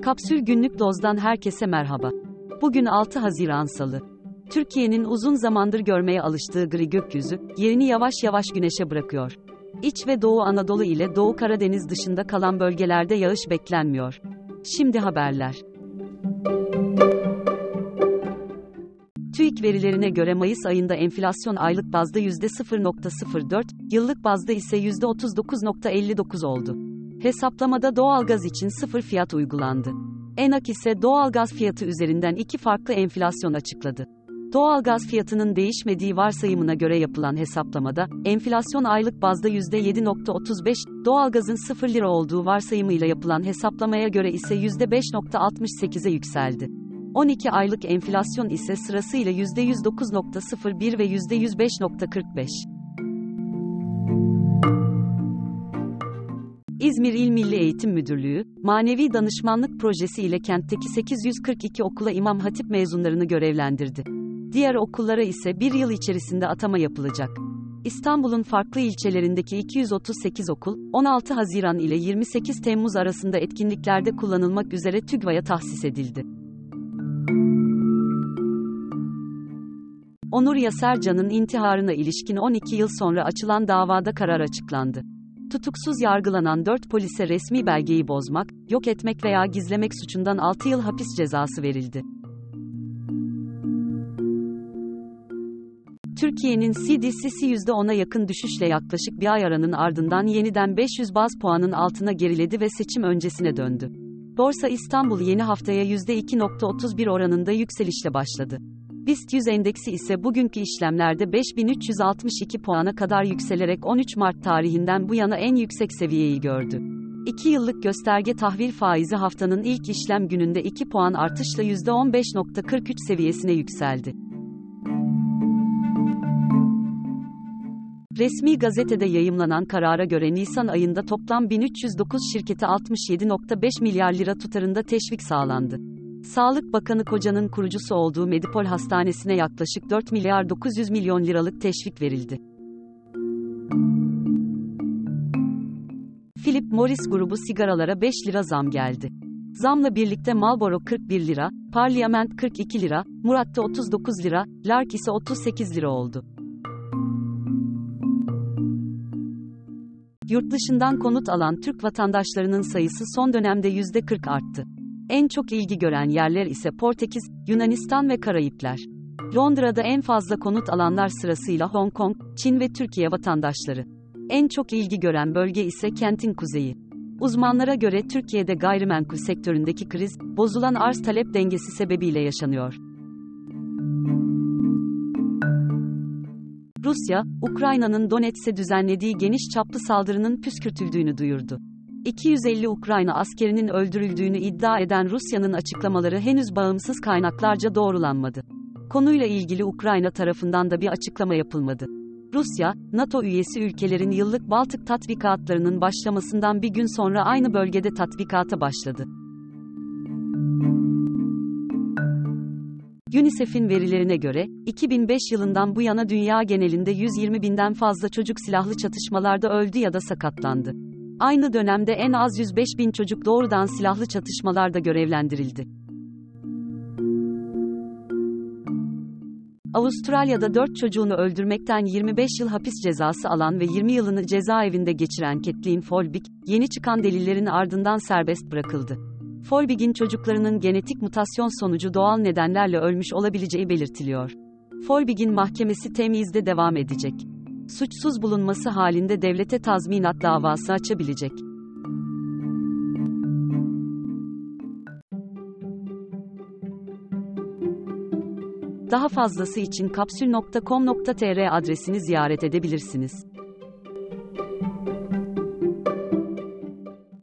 Kapsül Günlük Doz'dan herkese merhaba. Bugün 6 Haziran Salı. Türkiye'nin uzun zamandır görmeye alıştığı gri gökyüzü, yerini yavaş yavaş güneşe bırakıyor. İç ve Doğu Anadolu ile Doğu Karadeniz dışında kalan bölgelerde yağış beklenmiyor. Şimdi haberler. TÜİK verilerine göre Mayıs ayında enflasyon aylık bazda %0.04, yıllık bazda ise %39.59 oldu. Hesaplamada doğalgaz için sıfır fiyat uygulandı. ENAK ise doğalgaz fiyatı üzerinden iki farklı enflasyon açıkladı. Doğalgaz fiyatının değişmediği varsayımına göre yapılan hesaplamada, enflasyon aylık bazda %7.35, doğalgazın 0 lira olduğu varsayımıyla yapılan hesaplamaya göre ise %5.68'e yükseldi. 12 aylık enflasyon ise sırasıyla %109.01 ve %105.45. İzmir İl Milli Eğitim Müdürlüğü, Manevi Danışmanlık Projesi ile kentteki 842 okula İmam Hatip mezunlarını görevlendirdi. Diğer okullara ise bir yıl içerisinde atama yapılacak. İstanbul'un farklı ilçelerindeki 238 okul, 16 Haziran ile 28 Temmuz arasında etkinliklerde kullanılmak üzere TÜGVA'ya tahsis edildi. Onur Yasercan'ın intiharına ilişkin 12 yıl sonra açılan davada karar açıklandı. Tutuksuz yargılanan 4 polise resmi belgeyi bozmak, yok etmek veya gizlemek suçundan 6 yıl hapis cezası verildi. Türkiye'nin CDC'si %10'a yakın düşüşle yaklaşık bir ay aranın ardından yeniden 500 baz puanın altına geriledi ve seçim öncesine döndü. Borsa İstanbul yeni haftaya %2.31 oranında yükselişle başladı. BIST 100 endeksi ise bugünkü işlemlerde 5362 puana kadar yükselerek 13 Mart tarihinden bu yana en yüksek seviyeyi gördü. 2 yıllık gösterge tahvil faizi haftanın ilk işlem gününde 2 puan artışla %15.43 seviyesine yükseldi. Resmi gazetede yayımlanan karara göre Nisan ayında toplam 1309 şirkete 67.5 milyar lira tutarında teşvik sağlandı. Sağlık Bakanı Koca'nın kurucusu olduğu Medipol Hastanesi'ne yaklaşık 4 milyar 900 milyon liralık teşvik verildi. Philip Morris grubu sigaralara 5 lira zam geldi. Zamla birlikte Marlboro 41 lira, Parliament 42 lira, Murat'ta 39 lira, Lark ise 38 lira oldu. Yurt dışından konut alan Türk vatandaşlarının sayısı son dönemde %40 arttı. En çok ilgi gören yerler ise Portekiz, Yunanistan ve Karayipler. Londra'da en fazla konut alanlar sırasıyla Hong Kong, Çin ve Türkiye vatandaşları. En çok ilgi gören bölge ise kentin kuzeyi. Uzmanlara göre Türkiye'de gayrimenkul sektöründeki kriz, bozulan arz-talep dengesi sebebiyle yaşanıyor. Rusya, Ukrayna'nın Donetsk'e düzenlediği geniş çaplı saldırının püskürtüldüğünü duyurdu. 250 Ukrayna askerinin öldürüldüğünü iddia eden Rusya'nın açıklamaları henüz bağımsız kaynaklarca doğrulanmadı. Konuyla ilgili Ukrayna tarafından da bir açıklama yapılmadı. Rusya, NATO üyesi ülkelerin yıllık Baltık tatbikatlarının başlamasından bir gün sonra aynı bölgede tatbikata başladı. UNICEF'in verilerine göre, 2005 yılından bu yana dünya genelinde 120 binden fazla çocuk silahlı çatışmalarda öldü ya da sakatlandı. Aynı dönemde en az 105 bin çocuk doğrudan silahlı çatışmalarda görevlendirildi. Avustralya'da 4 çocuğunu öldürmekten 25 yıl hapis cezası alan ve 20 yılını cezaevinde geçiren Kathleen Folbig, yeni çıkan delillerin ardından serbest bırakıldı. Folbig'in çocuklarının genetik mutasyon sonucu doğal nedenlerle ölmüş olabileceği belirtiliyor. Folbig'in mahkemesi temizde devam edecek. Suçsuz bulunması halinde devlete tazminat davası açabilecek. Daha fazlası için kapsül.com.tr adresini ziyaret edebilirsiniz.